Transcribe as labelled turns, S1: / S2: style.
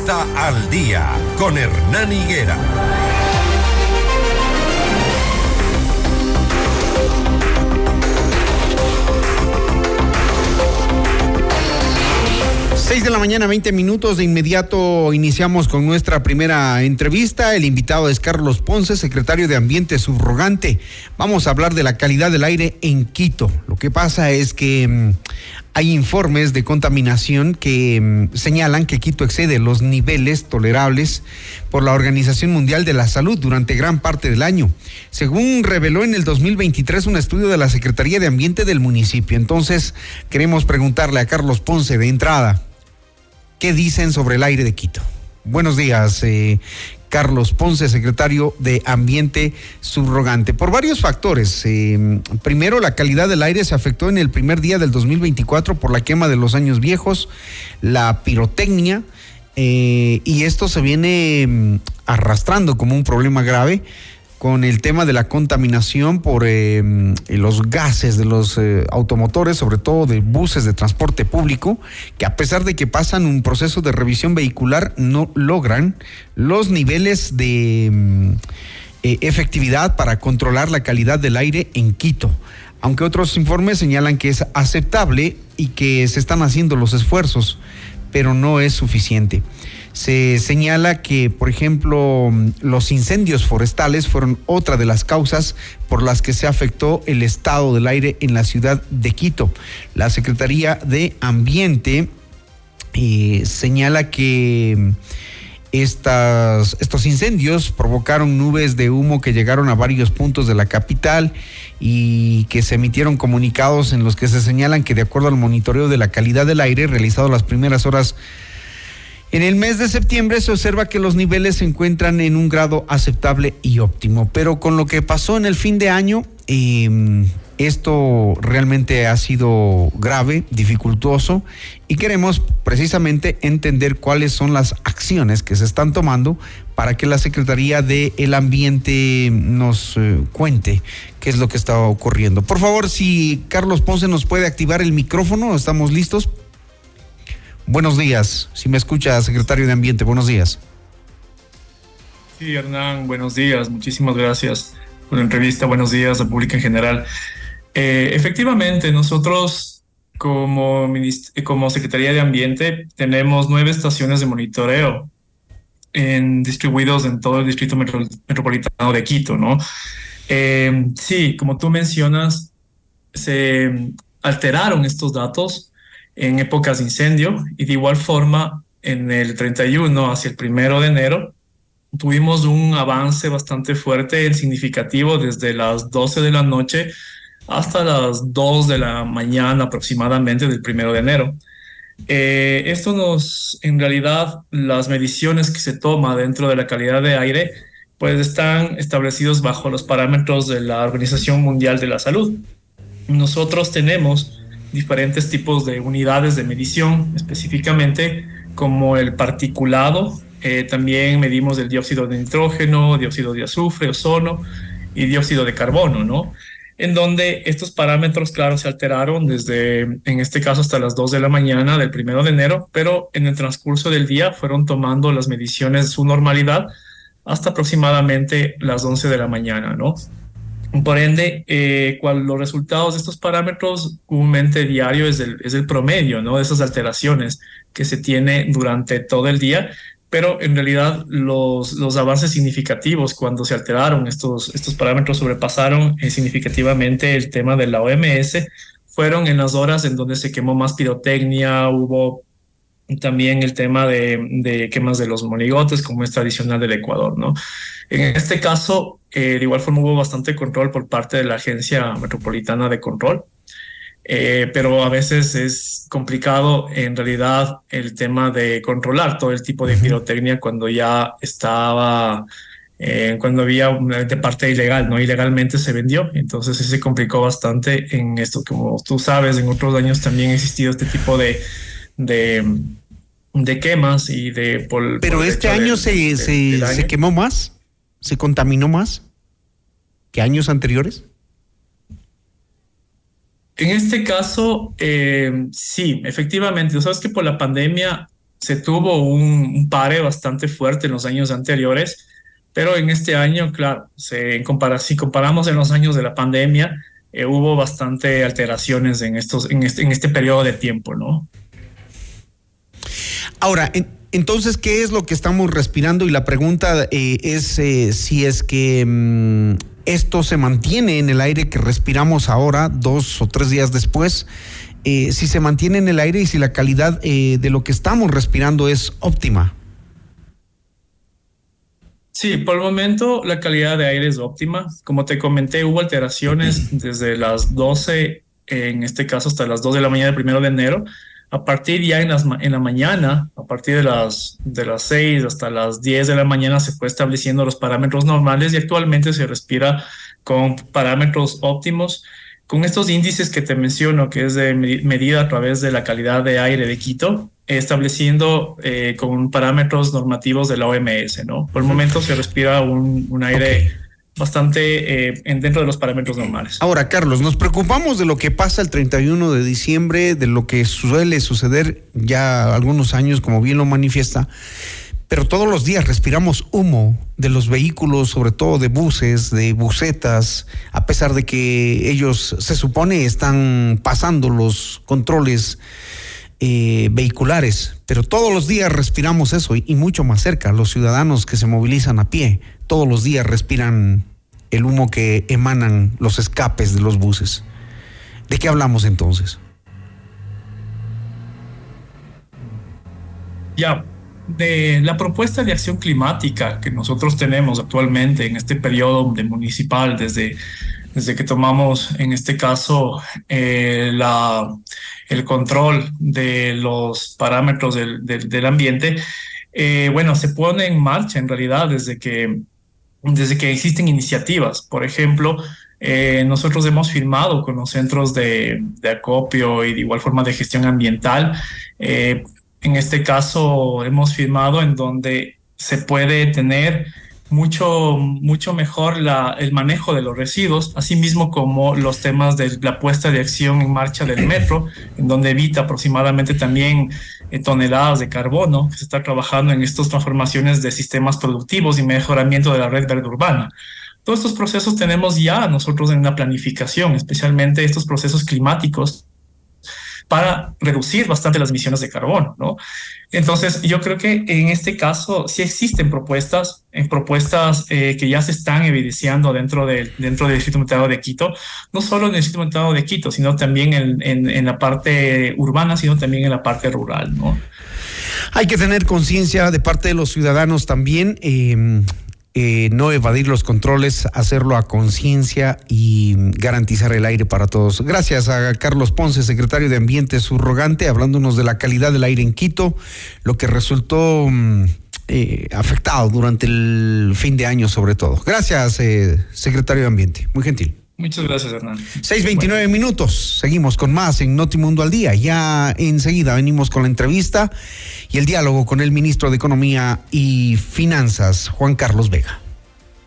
S1: Pauta al Día con Hernán Higuera.
S2: 6 de la mañana, 20 minutos. De inmediato iniciamos con nuestra primera entrevista. El invitado es Carlos Ponce, secretario de Ambiente subrogante. Vamos a hablar de la calidad del aire en Quito. Lo que pasa es que hay informes de contaminación que señalan que Quito excede los niveles tolerables por la Organización Mundial de la Salud durante gran parte del año, según reveló en el 2023 un estudio de la Secretaría de Ambiente del municipio. Entonces, queremos preguntarle a Carlos Ponce de entrada, ¿qué dicen sobre el aire de Quito? Buenos días, Carlos Ponce, secretario de Ambiente subrogante. Por varios factores. Primero, la calidad del aire se afectó en el primer día del 2024 por la quema de los años viejos, la pirotecnia, y esto se viene arrastrando como un problema grave con el tema de la contaminación por los gases de los automotores, sobre todo de buses de transporte público, que a pesar de que pasan un proceso de revisión vehicular, no logran los niveles de efectividad para controlar la calidad del aire en Quito. Aunque otros informes señalan que es aceptable y que se están haciendo los esfuerzos, pero no es suficiente. Se señala que, por ejemplo, los incendios forestales fueron otra de las causas por las que se afectó el estado del aire en la ciudad de Quito. La Secretaría de Ambiente señala que estos incendios provocaron nubes de humo que llegaron a varios puntos de la capital y que se emitieron comunicados en los que se señalan que, de acuerdo al monitoreo de la calidad del aire realizado las primeras horas en el mes de septiembre, se observa que los niveles se encuentran en un grado aceptable y óptimo. Pero con lo que pasó en el fin de año, esto realmente ha sido grave, dificultoso, y queremos precisamente entender cuáles son las acciones que se están tomando para que la Secretaría del Ambiente nos cuente qué es lo que está ocurriendo. Por favor, si Carlos Ponce nos puede activar el micrófono, ¿estamos listos? Buenos días, si me escucha, secretario de Ambiente, buenos días.
S3: Sí, Hernán, buenos días, muchísimas gracias por la entrevista, buenos días al público en general. Efectivamente, nosotros como Secretaría de Ambiente tenemos 9 estaciones de monitoreo distribuidos en todo el distrito metropolitano de Quito, ¿no? Sí, como tú mencionas, se alteraron estos datos en épocas de incendio, y de igual forma en el 31 hacia el 1 de enero tuvimos un avance bastante fuerte, significativo, desde las 12 de la noche hasta las 2 de la mañana aproximadamente del 1 de enero. En realidad, las mediciones que se toma dentro de la calidad de aire pues están establecidos bajo los parámetros de la Organización Mundial de la Salud. Nosotros tenemos diferentes tipos de unidades de medición, específicamente como el particulado. También medimos el dióxido de nitrógeno, dióxido de azufre, ozono y dióxido de carbono, ¿no? En donde estos parámetros, claro, se alteraron desde, en este caso, hasta las 2 de la mañana del 1 de enero, pero en el transcurso del día fueron tomando las mediciones de su normalidad hasta aproximadamente las 11 de la mañana, ¿no? Por ende, los resultados de estos parámetros comúnmente diario es el promedio, ¿no?, de esas alteraciones que se tiene durante todo el día, pero en realidad los avances significativos cuando se alteraron estos parámetros, sobrepasaron significativamente el tema de la OMS, fueron en las horas en donde se quemó más pirotecnia, hubo también el tema de quemas de los monigotes, como es tradicional del Ecuador, ¿no? En este caso, de igual forma hubo bastante control por parte de la Agencia Metropolitana de Control, pero a veces es complicado en realidad el tema de controlar todo el tipo de pirotecnia cuando ya estaba, cuando había de parte ilegal, ¿no? Ilegalmente se vendió, entonces se complicó bastante en esto. Como tú sabes, en otros años también ha existido este tipo de quemas y de...
S2: Pero este año se quemó más, se contaminó más que años anteriores.
S3: En este caso, sí, efectivamente. Tú sabes que por la pandemia se tuvo un pare bastante fuerte en los años anteriores, pero en este año, claro, si comparamos en los años de la pandemia, hubo bastante alteraciones en este periodo de tiempo, ¿no?
S2: Ahora, entonces, ¿qué es lo que estamos respirando? Y la pregunta es si es que esto se mantiene en el aire que respiramos ahora, 2 o 3 días después, si se mantiene en el aire y si la calidad de lo que estamos respirando es óptima.
S3: Sí, por el momento la calidad de aire es óptima. Como te comenté, hubo alteraciones desde las 12, en este caso hasta las 2 de la mañana del 1 de enero. A partir ya en la mañana, a partir de las 6 hasta las 10 de la mañana se fue estableciendo los parámetros normales y actualmente se respira con parámetros óptimos. Con estos índices que te menciono, que es de medida a través de la calidad de aire de Quito, estableciendo con parámetros normativos de la OMS, ¿no? Por el momento se respira un aire bastante dentro de los parámetros normales.
S2: Ahora, Carlos, nos preocupamos de lo que pasa el 31 de diciembre, de lo que suele suceder ya algunos años, como bien lo manifiesta, pero todos los días respiramos humo de los vehículos, sobre todo de buses, de busetas, a pesar de que ellos se supone están pasando los controles vehiculares, pero todos los días respiramos eso y mucho más cerca, los ciudadanos que se movilizan a pie, todos los días respiran el humo que emanan los escapes de los buses. ¿De qué hablamos entonces?
S3: Ya, de la propuesta de acción climática que nosotros tenemos actualmente en este periodo de municipal, desde que tomamos, en este caso, el control de los parámetros del ambiente, bueno, se pone en marcha en realidad desde que existen iniciativas. Por ejemplo, nosotros hemos firmado con los centros de acopio y de igual forma de gestión ambiental. En este caso hemos firmado en donde se puede tener mucho mejor el manejo de los residuos, asimismo como los temas de la puesta de acción en marcha del metro, en donde evita aproximadamente también toneladas de carbono, que se está trabajando en estas transformaciones de sistemas productivos y mejoramiento de la red verde urbana. Todos estos procesos tenemos ya nosotros en la planificación, especialmente estos procesos climáticos, para reducir bastante las emisiones de carbono, ¿no? Entonces, yo creo que en este caso sí existen propuestas que ya se están evidenciando dentro del Distrito Metropolitano de Quito, no solo en el Distrito Metropolitano de Quito, sino también en la parte urbana, sino también en la parte rural, ¿no?
S2: Hay que tener conciencia de parte de los ciudadanos también, no evadir los controles, hacerlo a conciencia y garantizar el aire para todos. Gracias a Carlos Ponce, secretario de Ambiente subrogante, hablándonos de la calidad del aire en Quito, lo que resultó afectado durante el fin de año sobre todo. Gracias, secretario de Ambiente, muy gentil.
S3: Muchas gracias, Hernán.
S2: 6:29 minutos. Seguimos con más en Notimundo al Día. Ya enseguida venimos con la entrevista y el diálogo con el ministro de Economía y Finanzas, Juan Carlos Vega.